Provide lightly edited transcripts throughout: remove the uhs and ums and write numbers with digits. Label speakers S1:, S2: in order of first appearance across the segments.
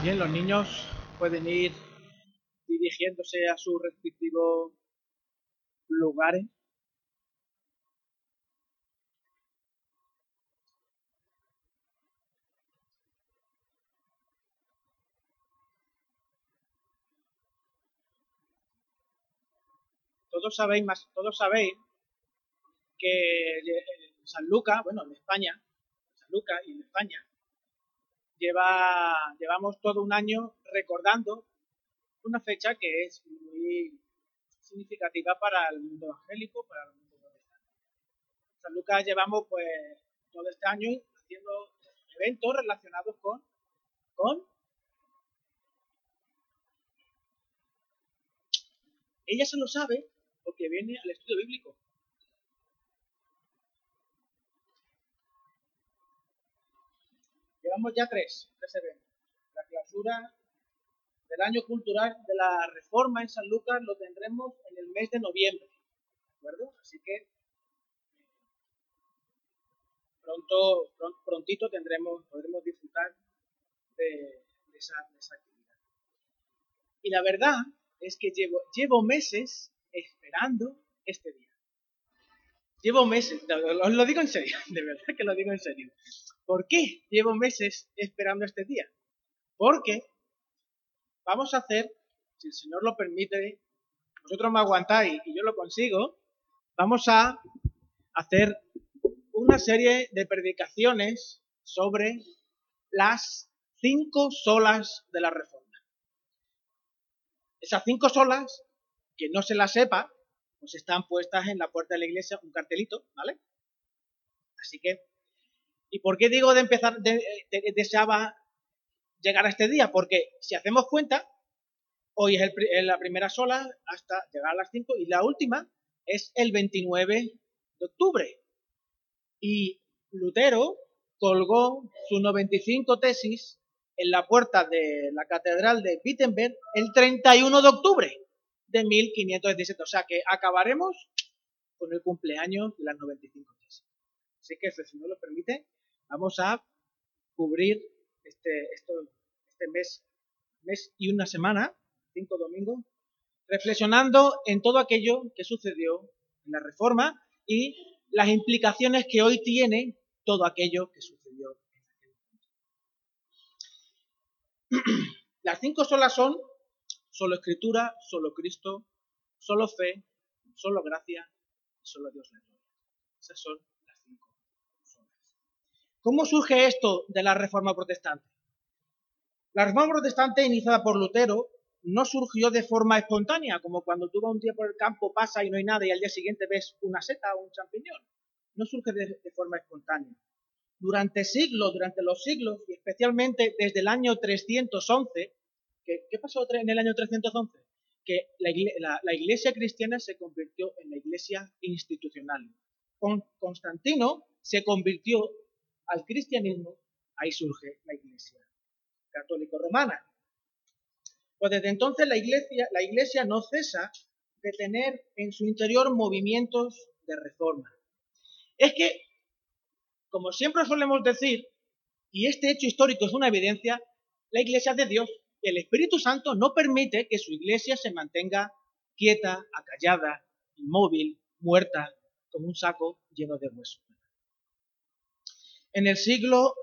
S1: Bien, los niños pueden ir dirigiéndose a sus respectivos lugares. Todos sabéis que San Lucas, bueno, en España, San Lucas y en España, llevamos todo un año recordando una fecha que es muy significativa para el mundo evangélico, para el mundo protestante. San Lucas llevamos pues todo este año haciendo eventos relacionados con ella se lo sabe porque viene al estudio bíblico. Llevamos ya tres eventos. La clausura del año cultural de la Reforma en San Lucas lo tendremos en el mes de noviembre, ¿de acuerdo? Así que prontito podremos disfrutar de esa actividad. Y la verdad es que llevo meses esperando este día. Llevo meses, os lo digo en serio, de verdad que lo digo en serio. ¿Por qué llevo meses esperando este día? Porque vamos a hacer, si el Señor lo permite, vosotros me aguantáis y yo lo consigo, vamos a hacer una serie de predicaciones sobre las 5 solas de la Reforma. Esas 5 solas, que no se las sepa, pues están puestas en la puerta de la iglesia, un cartelito, ¿vale? Así que, ¿y por qué digo deseaba llegar a este día? Porque si hacemos cuenta, hoy es la primera sola hasta llegar a las 5 y la última es el 29 de octubre. Y Lutero colgó sus 95 tesis en la puerta de la catedral de Wittenberg el 31 de octubre de 1517. O sea que acabaremos con el cumpleaños de las 95 tesis. Así que, si no lo permite, vamos a cubrir este mes y una semana, 5 domingos, reflexionando en todo aquello que sucedió en la Reforma y las implicaciones que hoy tiene todo aquello que sucedió en aquel momento. Las 5 solas son solo Escritura, solo Cristo, solo fe, solo gracia y solo Dios la gloria. Esas son las 5 solas. ¿Cómo surge esto de la Reforma Protestante? La Reforma Protestante, iniciada por Lutero, no surgió de forma espontánea, como cuando tú vas un día por el campo, pasa y no hay nada y al día siguiente ves una seta o un champiñón. No surge de forma espontánea. Durante los siglos, y especialmente desde el año 311, ¿qué pasó en el año 311? Que la iglesia cristiana se convirtió en la iglesia institucional. Constantino se convirtió al cristianismo, ahí surge la iglesia católico-romana. Pues desde entonces la iglesia no cesa de tener en su interior movimientos de reforma. Es que, como siempre solemos decir, y este hecho histórico es una evidencia, la iglesia es de Dios. El Espíritu Santo no permite que su iglesia se mantenga quieta, acallada, inmóvil, muerta, como un saco lleno de huesos. En el siglo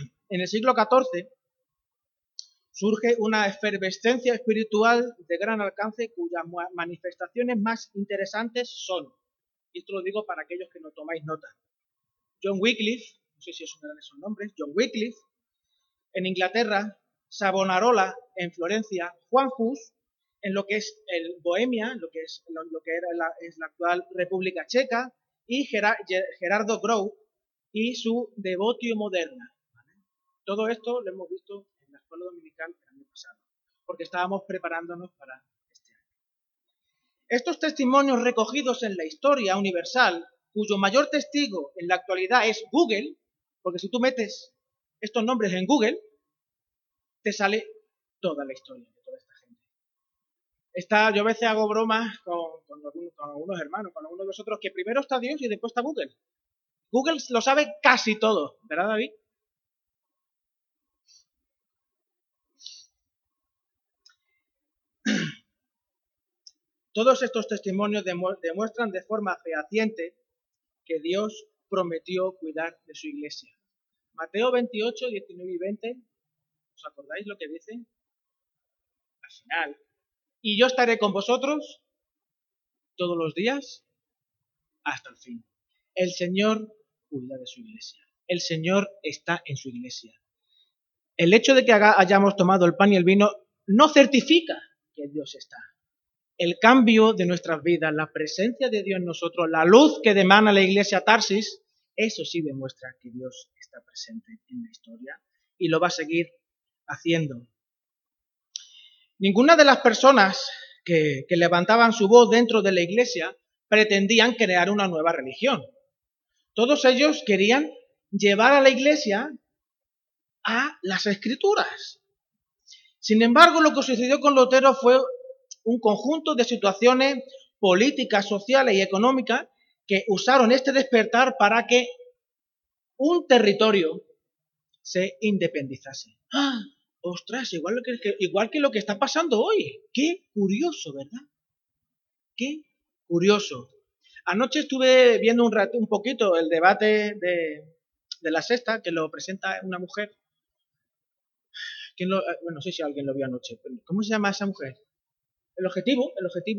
S1: XIV surge una efervescencia espiritual de gran alcance cuyas manifestaciones más interesantes son, y esto lo digo para aquellos que no tomáis nota, John Wycliffe, no sé si os sonarán esos nombres, John Wycliffe, en Inglaterra, Savonarola en Florencia, Juan Hus en lo que es el Bohemia, lo que es la actual República Checa, y Gerardo Grove y su Devotio Moderna. ¿Vale? Todo esto lo hemos visto en la escuela dominical el año pasado, porque estábamos preparándonos para este año. Estos testimonios recogidos en la historia universal, cuyo mayor testigo en la actualidad es Google, porque si tú metes estos nombres en Google, te sale toda la historia de toda esta gente. Yo a veces hago bromas con algunos hermanos, con algunos de vosotros, que primero está Dios y después está Google. Google lo sabe casi todo, ¿verdad, David? Todos estos testimonios demuestran de forma fehaciente que Dios prometió cuidar de su iglesia. Mateo 28, 19 y 20, ¿os acordáis lo que dice? Al final, y yo estaré con vosotros todos los días hasta el fin. El Señor cuida de su iglesia. El Señor está en su iglesia. El hecho de que hayamos tomado el pan y el vino no certifica que Dios está. El cambio de nuestras vidas, la presencia de Dios en nosotros, la luz que demana la iglesia Tarsis, eso sí demuestra que Dios está presente en la historia y lo va a seguir haciendo. Ninguna de las personas que levantaban su voz dentro de la iglesia pretendían crear una nueva religión. Todos ellos querían llevar a la iglesia a las Escrituras. Sin embargo, lo que sucedió con Lutero fue un conjunto de situaciones políticas, sociales y económicas que usaron este despertar para que un territorio se independizase. ¡Ah! ¡Ostras! Igual que lo que está pasando hoy. ¡Qué curioso!, ¿verdad? ¡Qué curioso! Anoche estuve viendo un poquito el debate de La Sexta, que lo presenta una mujer. Bueno, no sé si alguien lo vio anoche. ¿Cómo se llama esa mujer? El objetivo.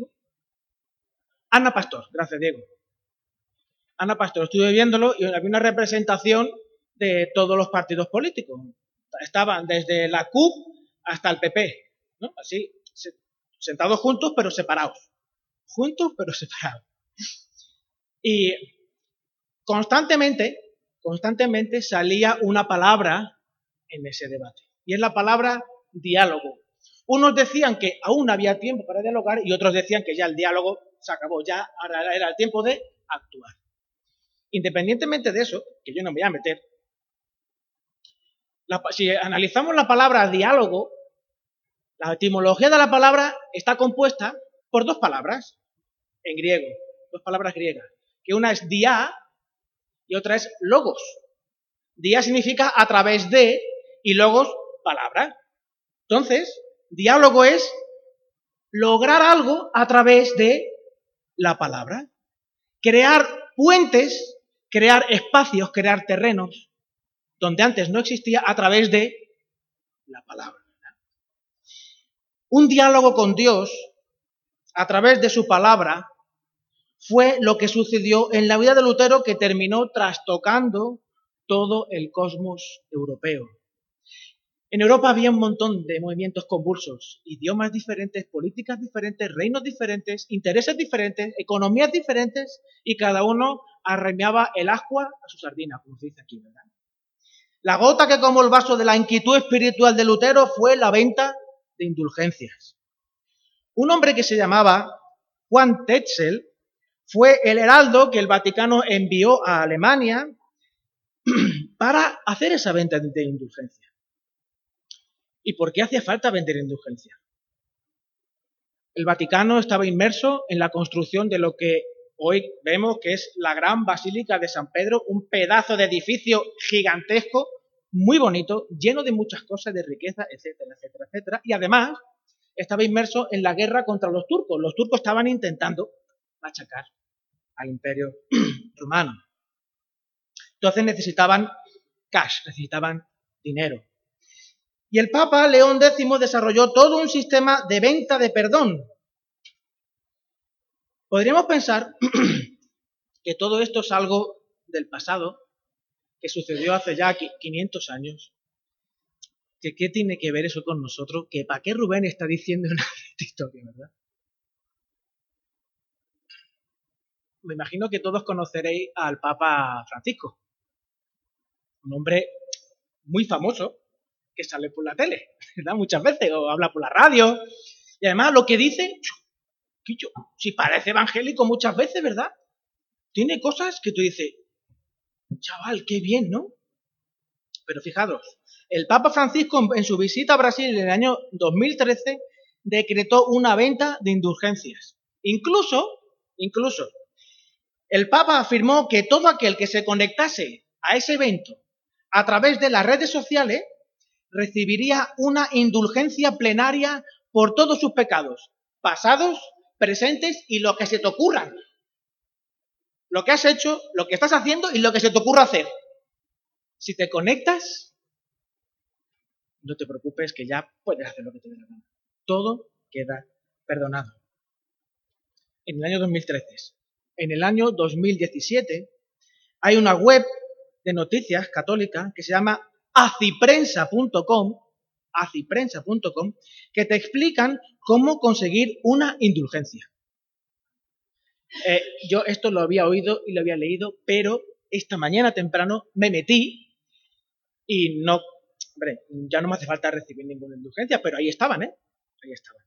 S1: Ana Pastor, gracias Diego. Ana Pastor, estuve viéndolo y había una representación de todos los partidos políticos. Estaban desde la CUP hasta el PP, ¿no? Así, sentados juntos pero separados. Juntos pero separados. Y constantemente salía una palabra en ese debate. Y es la palabra diálogo. Unos decían que aún había tiempo para dialogar y otros decían que ya el diálogo se acabó, ya ahora era el tiempo de actuar. Independientemente de eso, que yo no me voy a meter, si analizamos la palabra diálogo, la etimología de la palabra está compuesta por dos palabras en griego, dos palabras griegas, que una es dia y otra es logos. Dia significa a través de y logos, palabra. Entonces, diálogo es lograr algo a través de la palabra. Crear puentes, crear espacios, crear terrenos donde antes no existía a través de la palabra. Un diálogo con Dios a través de su palabra fue lo que sucedió en la vida de Lutero, que terminó trastocando todo el cosmos europeo. En Europa había un montón de movimientos convulsos, idiomas diferentes, políticas diferentes, reinos diferentes, intereses diferentes, economías diferentes, y cada uno arremeaba el ascua a su sardina, como se dice aquí, ¿verdad? La gota que colmó el vaso de la inquietud espiritual de Lutero fue la venta de indulgencias. Un hombre que se llamaba Juan Tetzel fue el heraldo que el Vaticano envió a Alemania para hacer esa venta de indulgencias. ¿Y por qué hacía falta vender indulgencia? El Vaticano estaba inmerso en la construcción de lo que hoy vemos que es la gran Basílica de San Pedro, un pedazo de edificio gigantesco, muy bonito, lleno de muchas cosas, de riqueza, etcétera, etcétera, etcétera. Y además estaba inmerso en la guerra contra los turcos. Los turcos estaban intentando machacar al Imperio Romano. Entonces necesitaban cash, necesitaban dinero. Y el Papa León X desarrolló todo un sistema de venta de perdón. Podríamos pensar que todo esto es algo del pasado, que sucedió hace ya 500 años. ¿Qué tiene que ver eso con nosotros? ¿Que para qué Rubén está diciendo una historia, verdad? Me imagino que todos conoceréis al Papa Francisco. Un hombre muy famoso, que sale por la tele, ¿verdad? Muchas veces, o habla por la radio. Y además lo que dice, si parece evangélico muchas veces, ¿verdad? Tiene cosas que tú dices, chaval, qué bien, ¿no? Pero fijaros, el Papa Francisco en su visita a Brasil en el año 2013 decretó una venta de indulgencias. Incluso, el Papa afirmó que todo aquel que se conectase a ese evento a través de las redes sociales recibiría una indulgencia plenaria por todos sus pecados, pasados, presentes y los que se te ocurran. Lo que has hecho, lo que estás haciendo y lo que se te ocurra hacer. Si te conectas, no te preocupes que ya puedes hacer lo que te dé la gana. Todo queda perdonado. En el año 2013. En el año 2017 hay una web de noticias católica que se llama aciprensa.com, que te explican cómo conseguir una indulgencia. Yo esto lo había oído y lo había leído, pero esta mañana temprano me metí y no, hombre, ya no me hace falta recibir ninguna indulgencia, pero ahí estaban, Ahí estaban.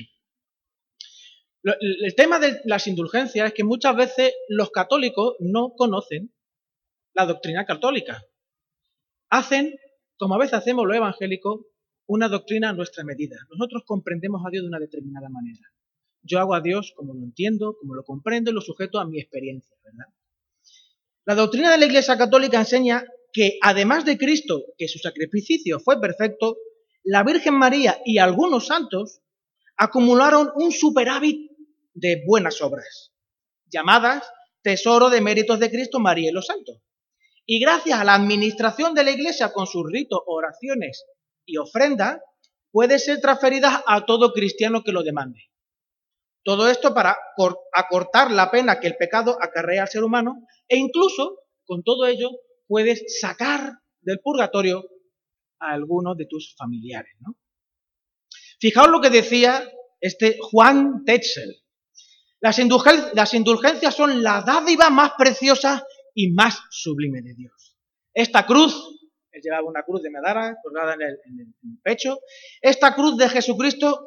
S1: El tema de las indulgencias es que muchas veces los católicos no conocen la doctrina católica. Hacen, como a veces hacemos los evangélicos, una doctrina a nuestra medida. Nosotros comprendemos a Dios de una determinada manera. Yo hago a Dios como lo entiendo, como lo comprendo y lo sujeto a mi experiencia, ¿verdad? La doctrina de la Iglesia Católica enseña que, además de Cristo, que su sacrificio fue perfecto, la Virgen María y algunos santos acumularon un superávit de buenas obras, llamadas tesoro de méritos de Cristo, María y los santos. Y gracias a la administración de la Iglesia con sus ritos, oraciones y ofrendas, puede ser transferida a todo cristiano que lo demande. Todo esto para acortar la pena que el pecado acarrea al ser humano e incluso, con todo ello, puedes sacar del purgatorio a algunos de tus familiares, ¿no? Fijaos lo que decía este Juan Tetzel. Las indulgencias son la dádiva más preciosa y más sublime de Dios. Esta cruz, él llevaba una cruz de Medara colgada en el pecho, esta cruz de Jesucristo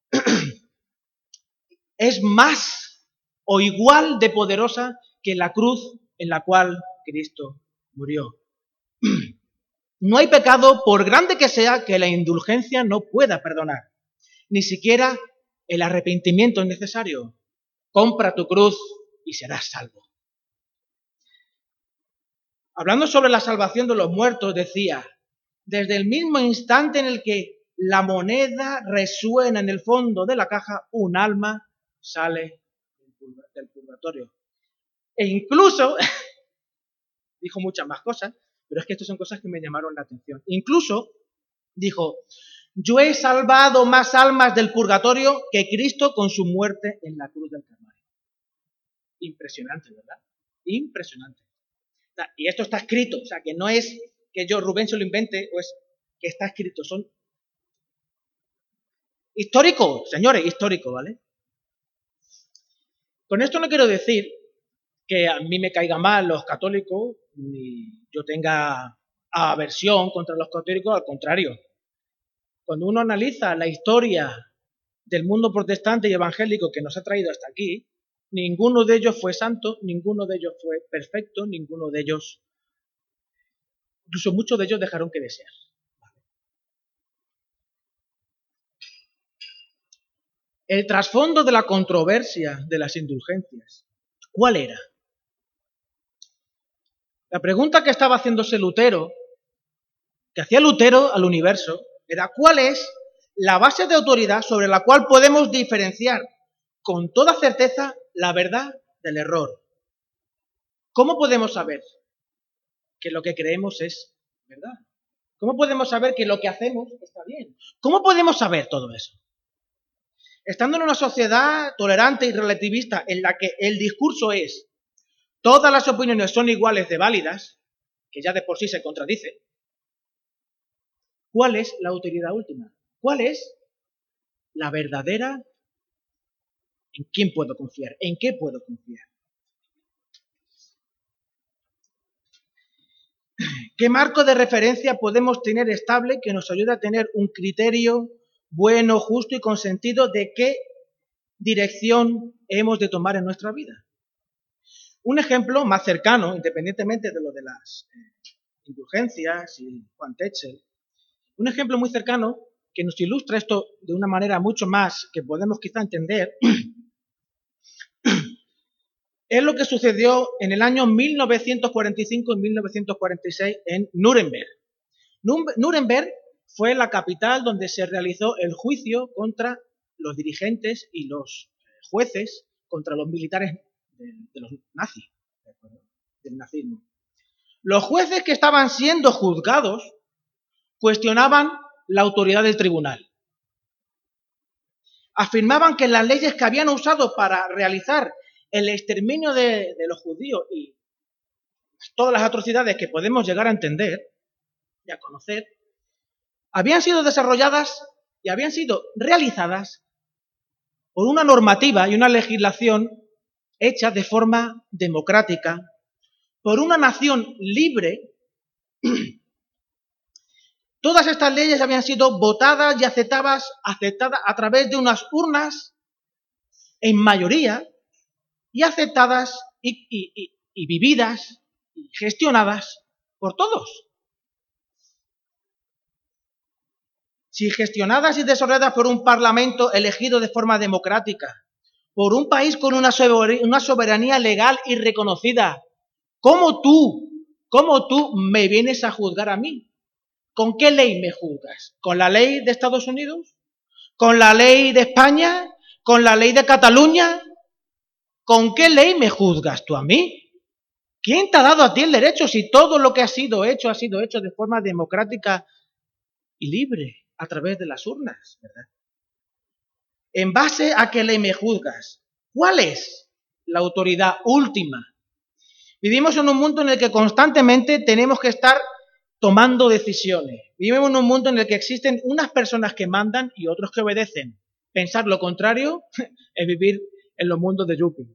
S1: es más o igual de poderosa que la cruz en la cual Cristo murió. No hay pecado, por grande que sea, que la indulgencia no pueda perdonar. Ni siquiera el arrepentimiento es necesario. Compra tu cruz y serás salvo. Hablando sobre la salvación de los muertos, decía, desde el mismo instante en el que la moneda resuena en el fondo de la caja, un alma sale del purgatorio. E incluso, dijo muchas más cosas, pero es que estas son cosas que me llamaron la atención. Incluso dijo, yo he salvado más almas del purgatorio que Cristo con su muerte en la cruz del Calvario. Impresionante, ¿verdad? Impresionante. O sea, y esto está escrito, o sea, que no es que yo, Rubén, se lo invente, o es que está escrito, son históricos, señores, históricos, ¿vale? Con esto no quiero decir que a mí me caigan mal los católicos, ni yo tenga aversión contra los católicos, al contrario. Cuando uno analiza la historia del mundo protestante y evangélico que nos ha traído hasta aquí, ninguno de ellos fue santo, ninguno de ellos fue perfecto, ninguno de ellos, incluso muchos de ellos dejaron que desear. El trasfondo de la controversia de las indulgencias, ¿cuál era? La pregunta que estaba haciéndose Lutero, que hacía Lutero al universo, era ¿cuál es la base de autoridad sobre la cual podemos diferenciar con toda certeza la verdad del error? ¿Cómo podemos saber que lo que creemos es verdad? ¿Cómo podemos saber que lo que hacemos está bien? ¿Cómo podemos saber todo eso? Estando en una sociedad tolerante y relativista en la que el discurso es todas las opiniones son iguales de válidas, que ya de por sí se contradice, ¿cuál es la utilidad última? ¿Cuál es la verdadera? ¿En quién puedo confiar? ¿En qué puedo confiar? ¿Qué marco de referencia podemos tener estable que nos ayude a tener un criterio bueno, justo y con sentido de qué dirección hemos de tomar en nuestra vida? Un ejemplo más cercano, independientemente de lo de las indulgencias y Juan Tetzel, un ejemplo muy cercano que nos ilustra esto de una manera mucho más que podemos quizá entender, es lo que sucedió en el año 1945 y 1946 en Nuremberg. Nuremberg fue la capital donde se realizó el juicio contra los dirigentes y los jueces contra los militares de los nazis, ¿de acuerdo? Del nazismo. Los jueces que estaban siendo juzgados cuestionaban la autoridad del tribunal. Afirmaban que las leyes que habían usado para realizar el exterminio de los judíos y todas las atrocidades que podemos llegar a entender y a conocer, habían sido desarrolladas y habían sido realizadas por una normativa y una legislación hecha de forma democrática, por una nación libre. Todas estas leyes habían sido votadas y aceptadas a través de unas urnas en mayoría y aceptadas y vividas y gestionadas por todos. Si gestionadas y desarrolladas por un parlamento elegido de forma democrática, por un país con una soberanía legal y reconocida, ¿cómo tú me vienes a juzgar a mí? ¿Con qué ley me juzgas? ¿Con la ley de Estados Unidos? ¿Con la ley de España? ¿Con la ley de Cataluña? ¿Con qué ley me juzgas tú a mí? ¿Quién te ha dado a ti el derecho si todo lo que ha sido hecho de forma democrática y libre a través de las urnas, ¿verdad? ¿En base a qué ley me juzgas? ¿Cuál es la autoridad última? Vivimos en un mundo en el que constantemente tenemos que estar tomando decisiones. Vivimos en un mundo en el que existen unas personas que mandan y otros que obedecen. Pensar lo contrario es vivir en los mundos de Yuppie.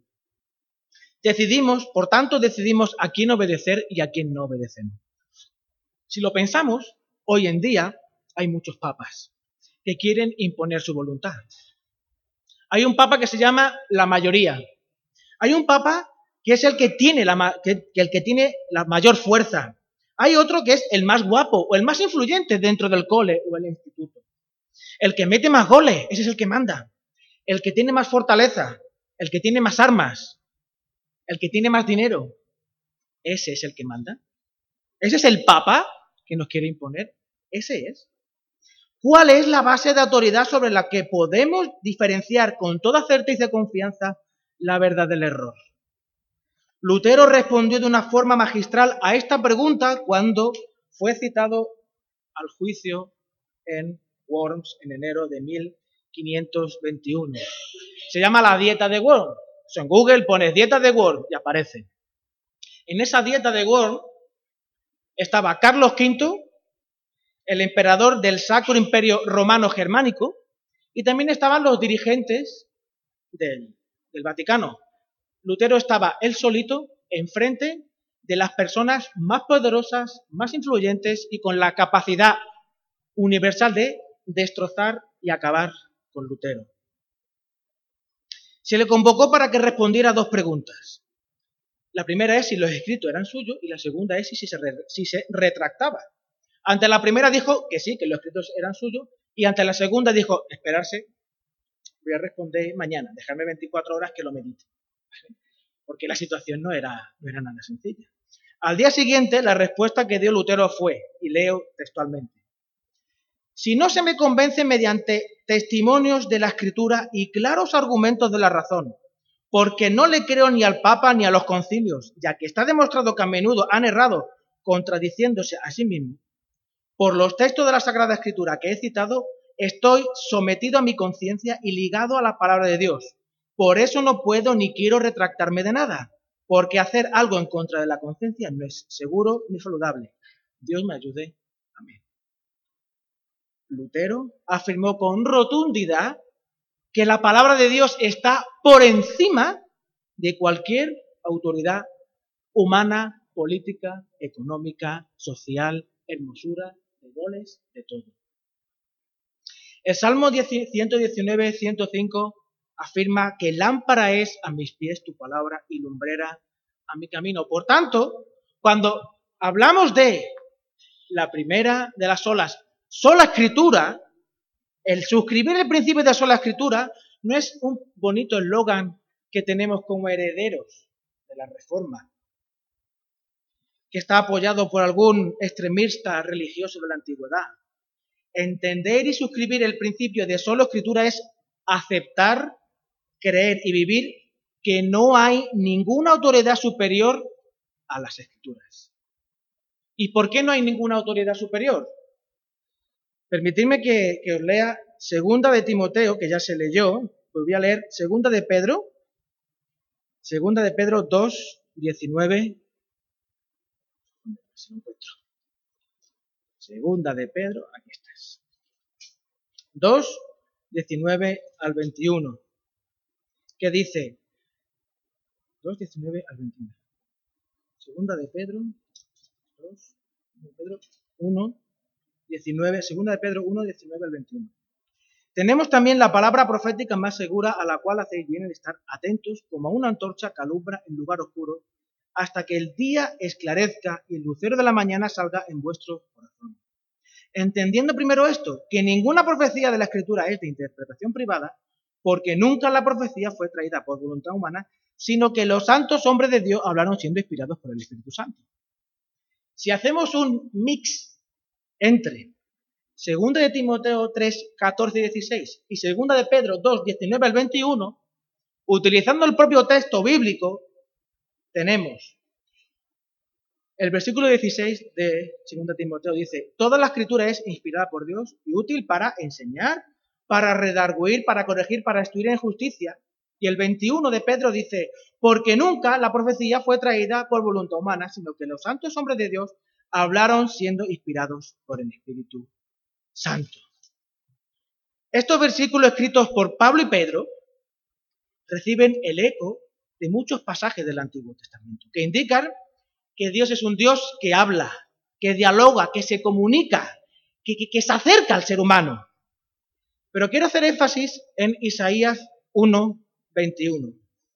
S1: Por tanto, decidimos a quién obedecer y a quién no obedecemos. Si lo pensamos, hoy en día hay muchos papas que quieren imponer su voluntad. Hay un papa que se llama la mayoría. Hay un papa que es el que tiene la mayor fuerza. Hay otro que es el más guapo o el más influyente dentro del cole o el instituto. El que mete más goles, ese es el que manda. El que tiene más fortaleza, el que tiene más armas, el que tiene más dinero, ese es el que manda. Ese es el papa que nos quiere imponer. Ese es. ¿Cuál es la base de autoridad sobre la que podemos diferenciar con toda certeza y confianza la verdad del error? Lutero respondió de una forma magistral a esta pregunta cuando fue citado al juicio en Worms en enero de 1521. Se llama la dieta de Worms. En Google pones dieta de Worms y aparece. En esa dieta de Worms estaba Carlos V, el emperador del Sacro Imperio Romano Germánico, y también estaban los dirigentes del Vaticano. Lutero estaba él solito enfrente de las personas más poderosas, más influyentes y con la capacidad universal de destrozar y acabar con Lutero. Se le convocó para que respondiera a dos preguntas. La primera es si los escritos eran suyos y la segunda es si se retractaba. Ante la primera dijo que sí, que los escritos eran suyos, y ante la segunda dijo, esperarse, voy a responder mañana, dejarme 24 horas que lo medite. Porque la situación no era nada sencilla. Al día siguiente, la respuesta que dio Lutero fue, y leo textualmente, si no se me convence mediante testimonios de la Escritura y claros argumentos de la razón, porque no le creo ni al Papa ni a los concilios, ya que está demostrado que a menudo han errado contradiciéndose a sí mismos, por los textos de la Sagrada Escritura que he citado, estoy sometido a mi conciencia y ligado a la palabra de Dios. Por eso no puedo ni quiero retractarme de nada, porque hacer algo en contra de la conciencia no es seguro ni saludable. Dios me ayude. Amén. Lutero afirmó con rotundidad que la palabra de Dios está por encima de cualquier autoridad humana, política, económica, social, hermosura, de goles, de todo. El Salmo 119, 105 afirma que lámpara es a mis pies tu palabra y lumbrera a mi camino. Por tanto, cuando hablamos de la primera de las sola escritura, el suscribir el principio de sola escritura no es un bonito eslogan que tenemos como herederos de la Reforma, que está apoyado por algún extremista religioso de la antigüedad. Entender y suscribir el principio de sola escritura es aceptar creer y vivir que no hay ninguna autoridad superior a las Escrituras. ¿Y por qué no hay ninguna autoridad superior? Permitidme que os lea Segunda de Timoteo, que ya se leyó, pues voy a leer Segunda de Pedro 2, 19. Si lo encuentro. Segunda de Pedro, aquí estás. 2, 19 al 21. ¿Qué dice? 2, 19 al 21. Segunda de Pedro 2, Pedro 1, 19, segunda de Pedro 1, 19 al 21. Tenemos también la palabra profética más segura, a la cual hacéis bien en estar atentos como a una antorcha que alumbra en lugar oscuro, hasta que el día esclarezca y el lucero de la mañana salga en vuestro corazón. Entendiendo primero esto, que ninguna profecía de la Escritura es de interpretación privada, porque nunca la profecía fue traída por voluntad humana, sino que los santos hombres de Dios hablaron siendo inspirados por el Espíritu Santo. Si hacemos un mix entre 2 de Timoteo 3, 14 y 16 y 2 de Pedro 2, 19 al 21, utilizando el propio texto bíblico, tenemos el versículo 16 de 2 de Timoteo dice: toda la Escritura es inspirada por Dios y útil para enseñar, para redarguir, para corregir, para instruir en justicia. Y el 21 de Pedro dice: porque nunca la profecía fue traída por voluntad humana, sino que los santos hombres de Dios hablaron siendo inspirados por el Espíritu Santo. Estos versículos escritos por Pablo y Pedro reciben el eco de muchos pasajes del Antiguo Testamento, que indican que Dios es un Dios que habla, que dialoga, que se comunica, que se acerca al ser humano. Pero quiero hacer énfasis en Isaías 1:21.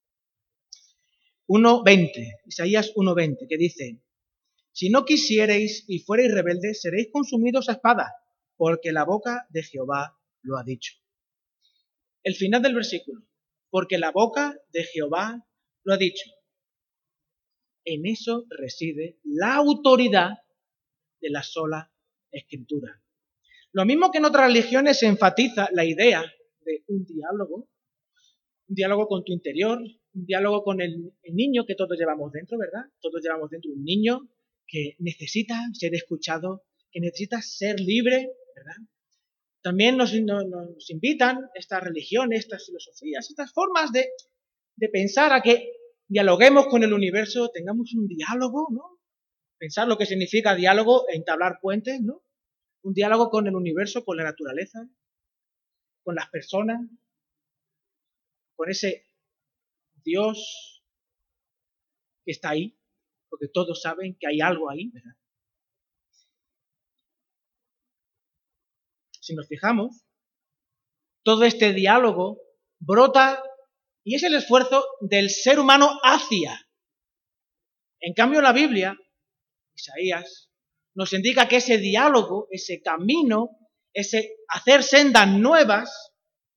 S1: 1:20, Isaías 1:20, que dice: si no quisierais y fuerais rebeldes, seréis consumidos a espada, porque la boca de Jehová lo ha dicho. El final del versículo: porque la boca de Jehová lo ha dicho. En eso reside la autoridad de la sola Escritura. Lo mismo que en otras religiones se enfatiza la idea de un diálogo con tu interior, un diálogo con el niño que todos llevamos dentro, ¿verdad? Todos llevamos dentro un niño que necesita ser escuchado, que necesita ser libre, ¿verdad? También nos invitan estas religiones, estas filosofías, estas formas de pensar a que dialoguemos con el universo, tengamos un diálogo, ¿no? Pensar lo que significa diálogo, entablar puentes, ¿no? Un diálogo con el universo, con la naturaleza, con las personas, con ese Dios que está ahí, porque todos saben que hay algo ahí, ¿verdad? Si nos fijamos, todo este diálogo brota y es el esfuerzo del ser humano hacia. En cambio, la Biblia, Isaías, nos indica que ese diálogo, ese camino, ese hacer sendas nuevas,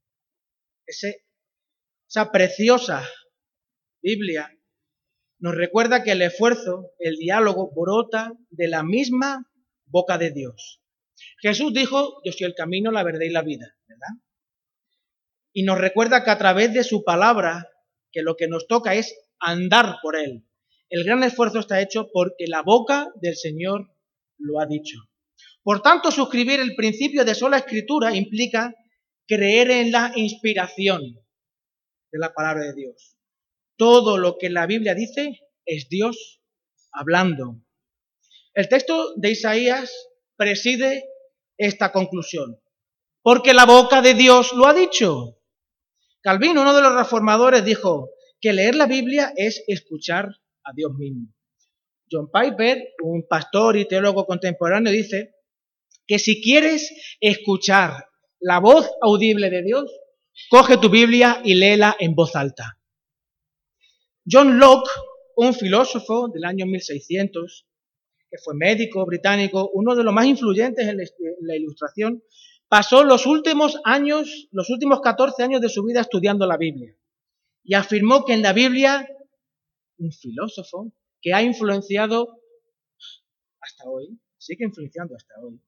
S1: esa preciosa Biblia, nos recuerda que el esfuerzo, el diálogo, brota de la misma boca de Dios. Jesús dijo: yo soy el camino, la verdad y la vida, ¿verdad? Y nos recuerda que a través de su palabra, que lo que nos toca es andar por él. El gran esfuerzo está hecho porque la boca del Señor lo ha dicho. Por tanto, suscribir el principio de sola escritura implica creer en la inspiración de la palabra de Dios. Todo lo que la Biblia dice es Dios hablando. El texto de Isaías preside esta conclusión: porque la boca de Dios lo ha dicho. Calvino, uno de los reformadores, dijo que leer la Biblia es escuchar a Dios mismo. John Piper, un pastor y teólogo contemporáneo, dice que si quieres escuchar la voz audible de Dios, coge tu Biblia y léela en voz alta. John Locke, un filósofo del año 1600, que fue médico británico, uno de los más influyentes en la Ilustración, pasó los últimos 14 años de su vida estudiando la Biblia. Y afirmó que en la Biblia, un filósofo que ha influenciado hasta hoy, sigue influenciando hasta hoy,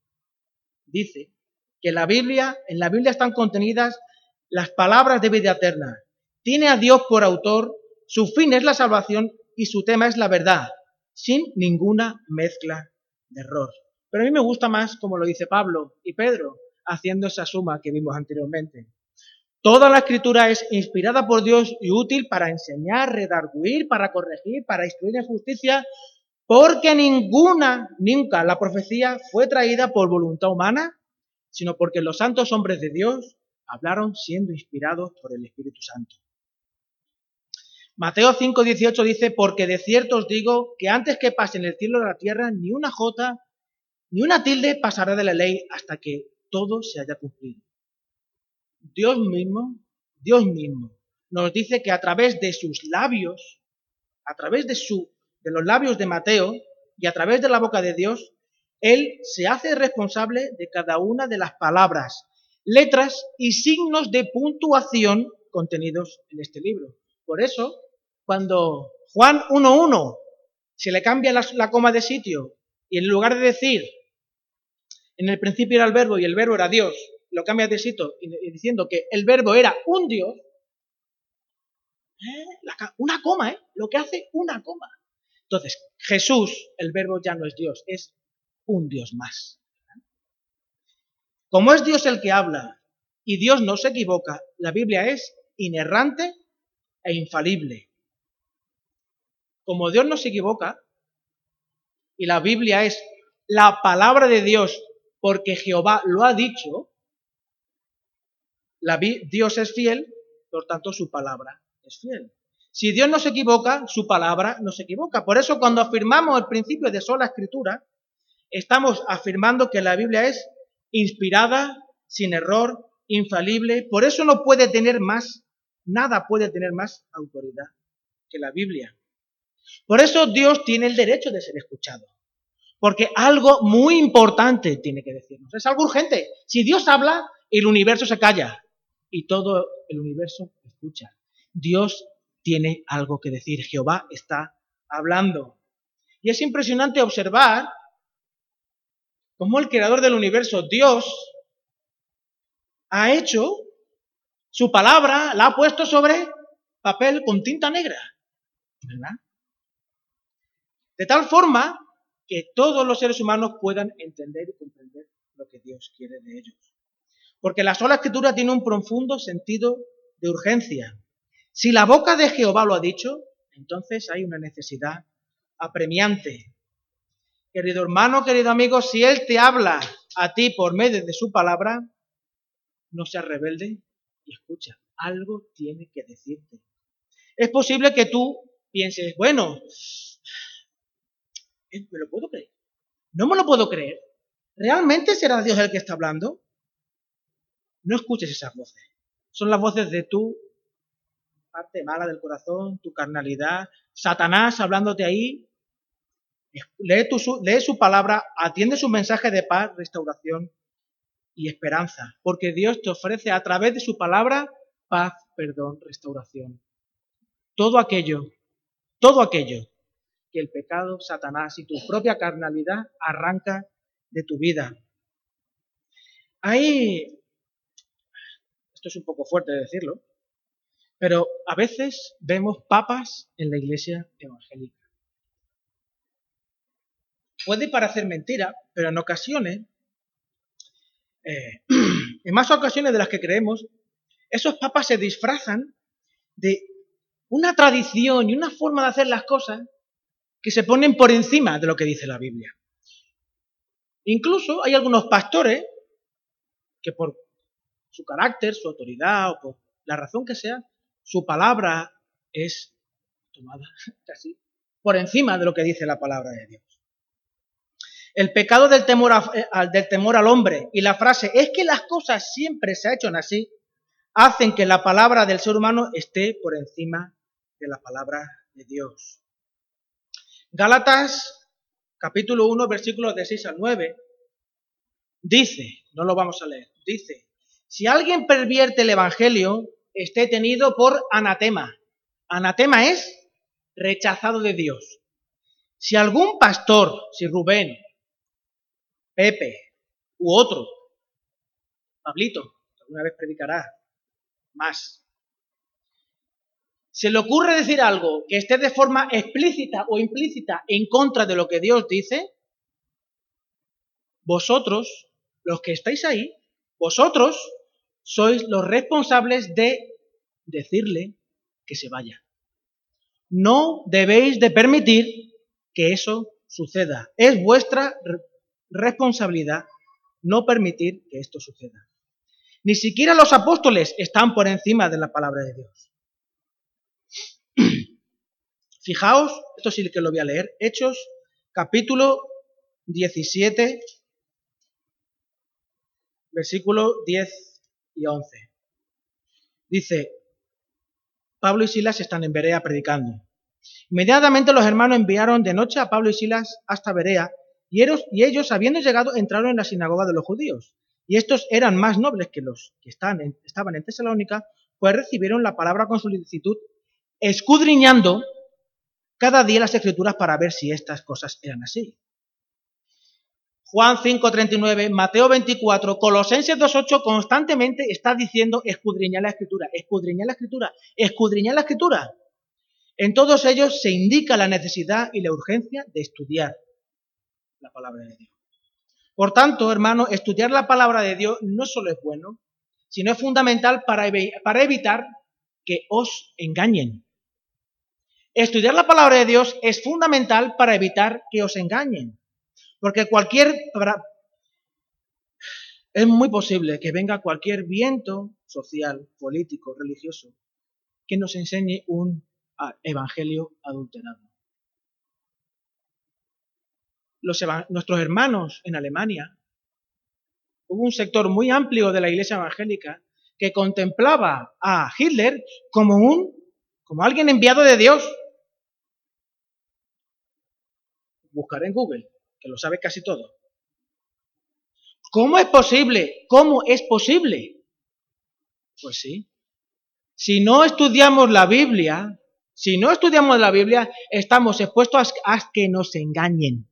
S1: dice que en la Biblia están contenidas las palabras de vida eterna, tiene a Dios por autor, su fin es la salvación y su tema es la verdad, sin ninguna mezcla de error. Pero a mí me gusta más como lo dice Pablo y Pedro, haciendo esa suma que vimos anteriormente. Toda la Escritura es inspirada por Dios y útil para enseñar, redarguir, para corregir, para instruir en justicia, porque nunca la profecía fue traída por voluntad humana, sino porque los santos hombres de Dios hablaron siendo inspirados por el Espíritu Santo. Mateo 5:18 dice, porque de cierto os digo que antes que pasen el cielo y la tierra, ni una jota, ni una tilde pasará de la ley hasta que todo se haya cumplido. Dios mismo nos dice que a través de sus labios, a través de los labios de Mateo y a través de la boca de Dios, Él se hace responsable de cada una de las palabras, letras y signos de puntuación contenidos en este libro. Por eso, cuando Juan 1:1 se le cambia la coma de sitio y en lugar de decir en el principio era el verbo y el verbo era Dios, lo cambia de sitio diciendo que el verbo era un Dios, una coma, lo que hace una coma. Entonces, Jesús, el verbo ya no es Dios, es un Dios más. Como es Dios el que habla y Dios no se equivoca, la Biblia es inerrante e infalible. Como Dios no se equivoca y la Biblia es la palabra de Dios porque Jehová lo ha dicho, Dios es fiel, por tanto su palabra es fiel. Si Dios no se equivoca, su palabra no se equivoca. Por eso cuando afirmamos el principio de sola escritura, estamos afirmando que la Biblia es inspirada, sin error, infalible. Por eso no puede tener más, nada puede tener más autoridad que la Biblia. Por eso Dios tiene el derecho de ser escuchado. Porque algo muy importante tiene que decirnos. Es algo urgente. Si Dios habla, el universo se calla y todo el universo escucha. Dios tiene algo que decir. Jehová está hablando. Y es impresionante observar cómo el creador del universo, Dios, ha hecho su palabra, la ha puesto sobre papel con tinta negra. ¿Verdad? De tal forma que todos los seres humanos puedan entender y comprender lo que Dios quiere de ellos. Porque la sola escritura tiene un profundo sentido de urgencia. Si la boca de Jehová lo ha dicho, entonces hay una necesidad apremiante. Querido hermano, querido amigo, si Él te habla a ti por medio de su palabra, no seas rebelde y escucha. Algo tiene que decirte. Es posible que tú pienses, bueno, ¿me lo puedo creer? ¿No me lo puedo creer? ¿Realmente será Dios el que está hablando? No escuches esas voces. Son las voces de tu parte mala del corazón, tu carnalidad, Satanás hablándote ahí. Lee su palabra, atiende su mensaje de paz, restauración y esperanza. Porque Dios te ofrece a través de su palabra paz, perdón, restauración. Todo aquello que el pecado, Satanás y tu propia carnalidad arranca de tu vida. Esto es un poco fuerte de decirlo, pero a veces vemos papas en la iglesia evangélica. Puede parecer mentira, pero en ocasiones, en más ocasiones de las que creemos, esos papas se disfrazan de una tradición y una forma de hacer las cosas que se ponen por encima de lo que dice la Biblia. Incluso hay algunos pastores que por su carácter, su autoridad o por la razón que sea, su palabra es tomada casi por encima de lo que dice la palabra de Dios. El pecado del temor al hombre y la frase es que las cosas siempre se han hecho así, hacen que la palabra del ser humano esté por encima de la palabra de Dios. Gálatas capítulo 1 versículos de 6 al 9 dice, no lo vamos a leer, dice, si alguien pervierte el evangelio, esté tenido por anatema. Anatema es rechazado de Dios. Si algún pastor, si Rubén, Pepe u otro, Pablito, alguna vez predicará más, se le ocurre decir algo que esté de forma explícita o implícita en contra de lo que Dios dice, vosotros, los que estáis ahí, vosotros sois los responsables de decirle que se vaya. No debéis de permitir que eso suceda. Es vuestra responsabilidad no permitir que esto suceda. Ni siquiera los apóstoles están por encima de la palabra de Dios. Fijaos, esto sí que lo voy a leer, Hechos, capítulo 17, versículos 10 y 11. Dice, Pablo y Silas están en Berea predicando. Inmediatamente los hermanos enviaron de noche a Pablo y Silas hasta Berea, y ellos, habiendo llegado, entraron en la sinagoga de los judíos. Y estos eran más nobles que los que estaban en Tesalónica, pues recibieron la palabra con solicitud, escudriñando cada día las escrituras para ver si estas cosas eran así. Juan 5:39, Mateo 24, Colosenses 2:8 constantemente está diciendo escudriñar la escritura, escudriñar la escritura, escudriñar la escritura. En todos ellos se indica la necesidad y la urgencia de estudiar la palabra de Dios. Por tanto, hermanos, estudiar la palabra de Dios no solo es bueno, sino es fundamental para evitar que os engañen. Estudiar la palabra de Dios es fundamental para evitar que os engañen. Porque es muy posible que venga cualquier viento social, político, religioso, que nos enseñe un evangelio adulterado. Nuestros hermanos en Alemania, hubo un sector muy amplio de la iglesia evangélica que contemplaba a Hitler como alguien enviado de Dios. Buscaré en Google, que lo sabe casi todo. ¿Cómo es posible? ¿Cómo es posible? Pues sí. Si no estudiamos la Biblia, estamos expuestos a que nos engañen.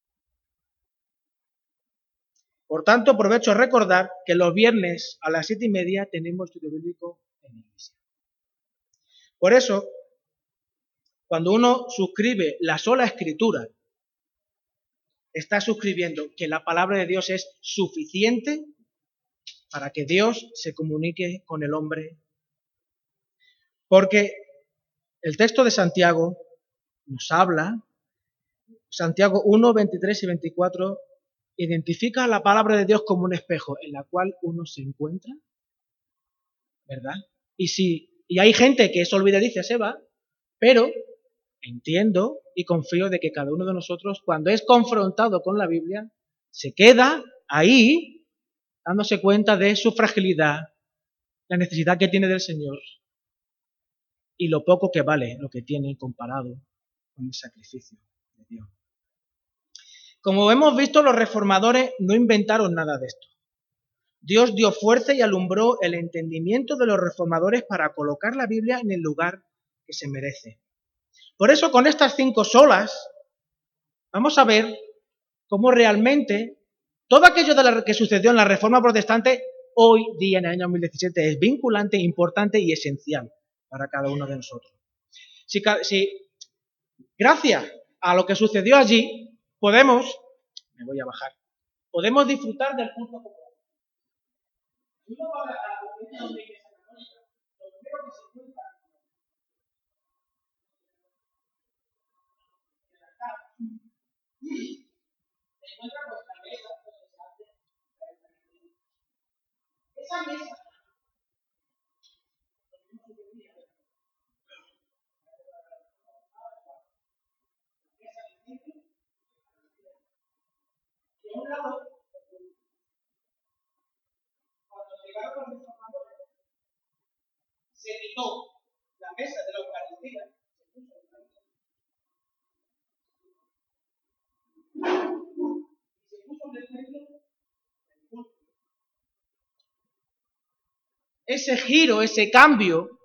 S1: Por tanto, aprovecho a recordar que los viernes a las 7:30 tenemos estudio bíblico en la iglesia. Por eso, cuando uno suscribe la sola escritura, está suscribiendo que la palabra de Dios es suficiente para que Dios se comunique con el hombre. Porque el texto de Santiago nos habla, Santiago 1, 23 y 24, identifica la palabra de Dios como un espejo en la cual uno se encuentra, ¿verdad? Y hay gente que es olvidadiza, se va, pero entiendo y confío de que cada uno de nosotros, cuando es confrontado con la Biblia, se queda ahí dándose cuenta de su fragilidad, la necesidad que tiene del Señor y lo poco que vale lo que tiene comparado con el sacrificio de Dios. Como hemos visto, los reformadores no inventaron nada de esto. Dios dio fuerza y alumbró el entendimiento de los reformadores para colocar la Biblia en el lugar que se merece. Por eso, con estas 5 solas, vamos a ver cómo realmente todo aquello que sucedió en la Reforma Protestante, hoy día, en el año 2017, es vinculante, importante y esencial para cada uno de nosotros. Si gracias a lo que sucedió allí, podemos disfrutar del culto popular. Si uno va a la iglesia católica, lo primero que se encuentra en la casa, se encuentra vuestra mesa protestante. Esa mesa de un lado, cuando llegaron los reformadores, se quitó la mesa de la Eucaristía, se puso en el centro del culto. Ese giro, ese cambio,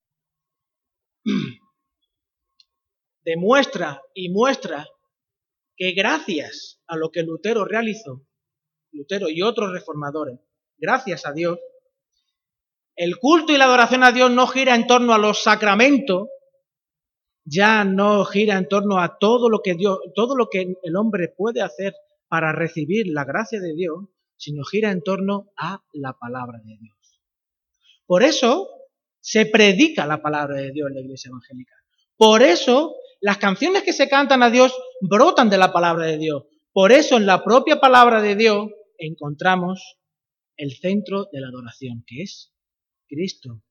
S1: demuestra y muestra que gracias a lo que Lutero realizó, Lutero y otros reformadores, gracias a Dios, el culto y la adoración a Dios no gira en torno a los sacramentos, ya no gira en torno a todo lo que el hombre puede hacer para recibir la gracia de Dios, sino gira en torno a la palabra de Dios. Por eso se predica la palabra de Dios en la iglesia evangélica. Por eso las canciones que se cantan a Dios brotan de la palabra de Dios. Por eso en la propia palabra de Dios encontramos el centro de la adoración, que es Cristo.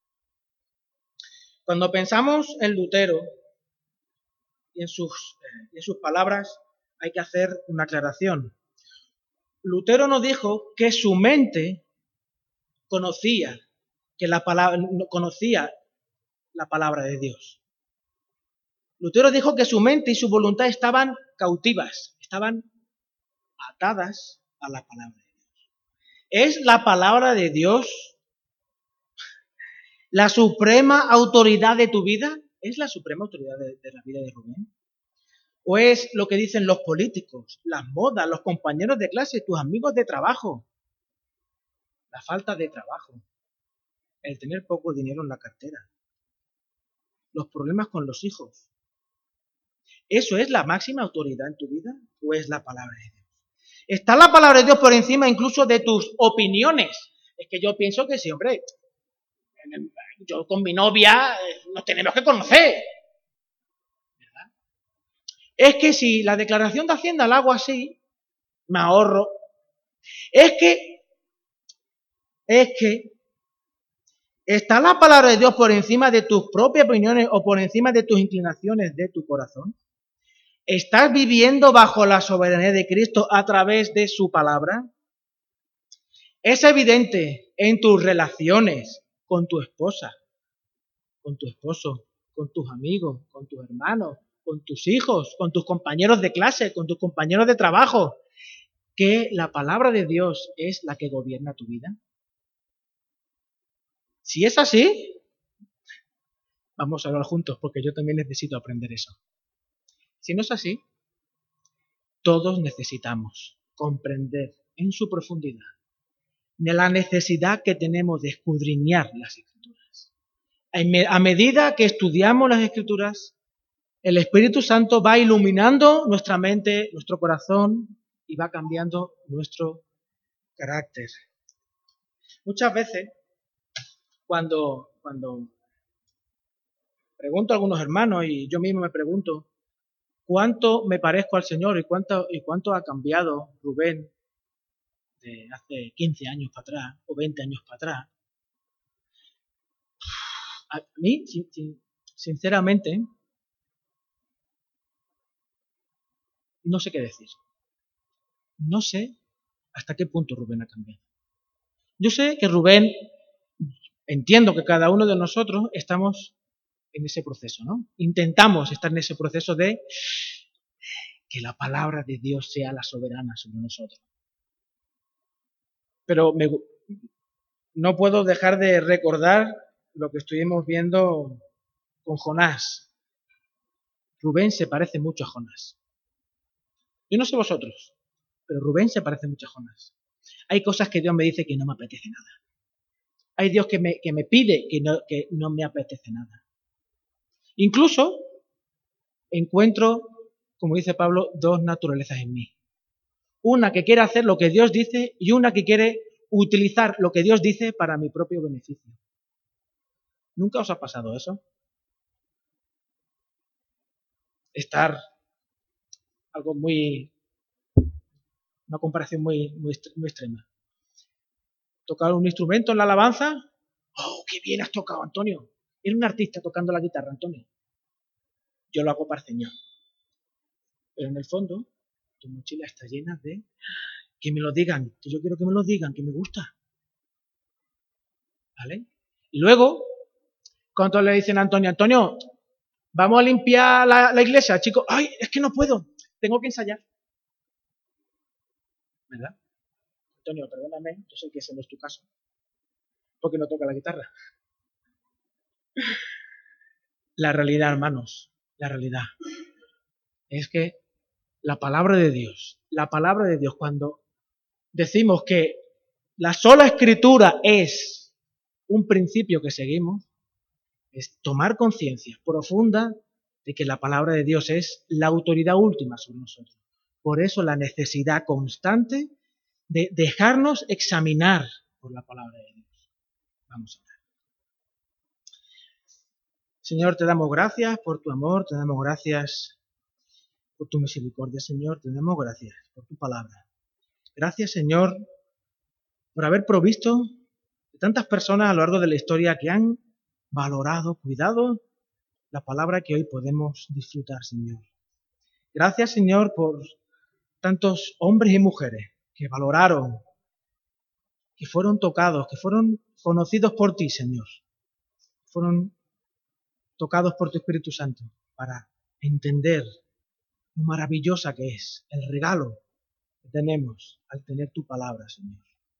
S1: Cuando pensamos en Lutero y en sus palabras, hay que hacer una aclaración. Lutero nos dijo que su mente conocía la palabra de Dios. Lutero dijo que su mente y su voluntad estaban cautivas, estaban atadas a la palabra de Dios. ¿Es la palabra de Dios la suprema autoridad de tu vida? ¿Es la suprema autoridad de la vida de Rubén? ¿O es lo que dicen los políticos, las modas, los compañeros de clase, tus amigos de trabajo? La falta de trabajo, el tener poco dinero en la cartera, los problemas con los hijos. ¿Eso es la máxima autoridad en tu vida o es la palabra de Dios? ¿Está la palabra de Dios por encima incluso de tus opiniones? Es que yo pienso que sí, hombre, yo con mi novia nos tenemos que conocer. ¿Verdad? Es que si la declaración de Hacienda la hago así, me ahorro. Es que ¿está la palabra de Dios por encima de tus propias opiniones o por encima de tus inclinaciones de tu corazón? ¿Estás viviendo bajo la soberanía de Cristo a través de su palabra? Es evidente en tus relaciones con tu esposa, con tu esposo, con tus amigos, con tus hermanos, con tus hijos, con tus compañeros de clase, con tus compañeros de trabajo, que la palabra de Dios es la que gobierna tu vida. Si es así, vamos a hablar juntos porque yo también necesito aprender eso. Si no es así, todos necesitamos comprender en su profundidad de la necesidad que tenemos de escudriñar las Escrituras. A medida que estudiamos las Escrituras, el Espíritu Santo va iluminando nuestra mente, nuestro corazón y va cambiando nuestro carácter. Muchas veces, cuando pregunto a algunos hermanos y yo mismo me pregunto, ¿cuánto me parezco al Señor y cuánto ha cambiado Rubén de hace 15 años para atrás o 20 años para atrás? A mí, sinceramente, no sé qué decir. No sé hasta qué punto Rubén ha cambiado. Yo sé que Rubén, entiendo que cada uno de nosotros estamos en ese proceso, ¿no? Intentamos estar en ese proceso de que la palabra de Dios sea la soberana sobre nosotros. Pero no puedo dejar de recordar lo que estuvimos viendo con Jonás. Rubén se parece mucho a Jonás. Yo no sé vosotros, pero Rubén se parece mucho a Jonás. Hay cosas que Dios me dice que no me apetece nada. Hay Dios que me pide que no me apetece nada. Incluso encuentro, como dice Pablo, dos naturalezas en mí. Una que quiere hacer lo que Dios dice y una que quiere utilizar lo que Dios dice para mi propio beneficio. ¿Nunca os ha pasado eso? Estar una comparación muy extrema. Tocar un instrumento en la alabanza. ¡Oh, qué bien has tocado, Antonio! Eres un artista tocando la guitarra, Antonio. Yo lo hago para el Señor. Pero en el fondo, tu mochila está llena de que me lo digan, que yo quiero que me lo digan, que me gusta. ¿Vale? Y luego, cuando le dicen a Antonio, vamos a limpiar la iglesia, chicos. ¡Ay, es que no puedo! Tengo que ensayar. ¿Verdad? Antonio, perdóname, yo sé que ese no es tu caso. Porque no toca la guitarra. La realidad, hermanos, la realidad es que la palabra de Dios, cuando decimos que la sola escritura es un principio que seguimos es tomar conciencia profunda de que la palabra de Dios es la autoridad última sobre nosotros. Por eso la necesidad constante de dejarnos examinar por la palabra de Dios. Vamos a ver. Señor, te damos gracias por tu amor, te damos gracias por tu misericordia, Señor, te damos gracias por tu palabra. Gracias, Señor, por haber provisto de tantas personas a lo largo de la historia que han valorado, cuidado la palabra que hoy podemos disfrutar, Señor. Gracias, Señor, por tantos hombres y mujeres que valoraron, que fueron tocados, que fueron conocidos por ti, Señor. Fueron tocados por tu Espíritu Santo para entender lo maravillosa que es el regalo que tenemos al tener tu palabra, Señor.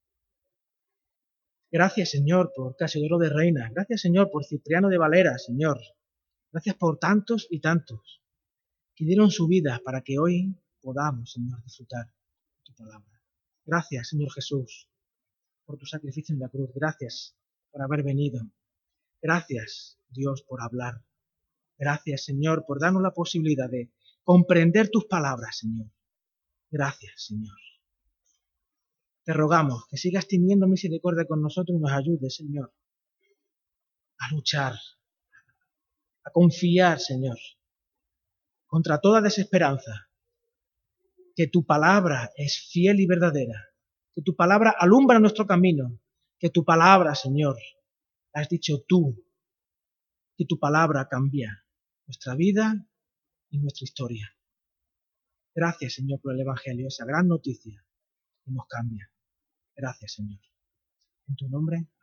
S1: Gracias, Señor, por Casiodoro de Reina. Gracias, Señor, por Cipriano de Valera, Señor. Gracias por tantos y tantos que dieron su vida para que hoy podamos, Señor, disfrutar de tu palabra. Gracias, Señor Jesús, por tu sacrificio en la cruz. Gracias por haber venido. Gracias, Dios, por hablar. Gracias, Señor, por darnos la posibilidad de comprender tus palabras, Señor. Gracias, Señor. Te rogamos que sigas teniendo misericordia con nosotros y nos ayudes, Señor, a luchar, a confiar, Señor, contra toda desesperanza, que tu palabra es fiel y verdadera, que tu palabra alumbra nuestro camino, que tu palabra, Señor, la has dicho tú, que tu palabra cambia nuestra vida y nuestra historia. Gracias, Señor, por el Evangelio, esa gran noticia que nos cambia. Gracias, Señor. En tu nombre.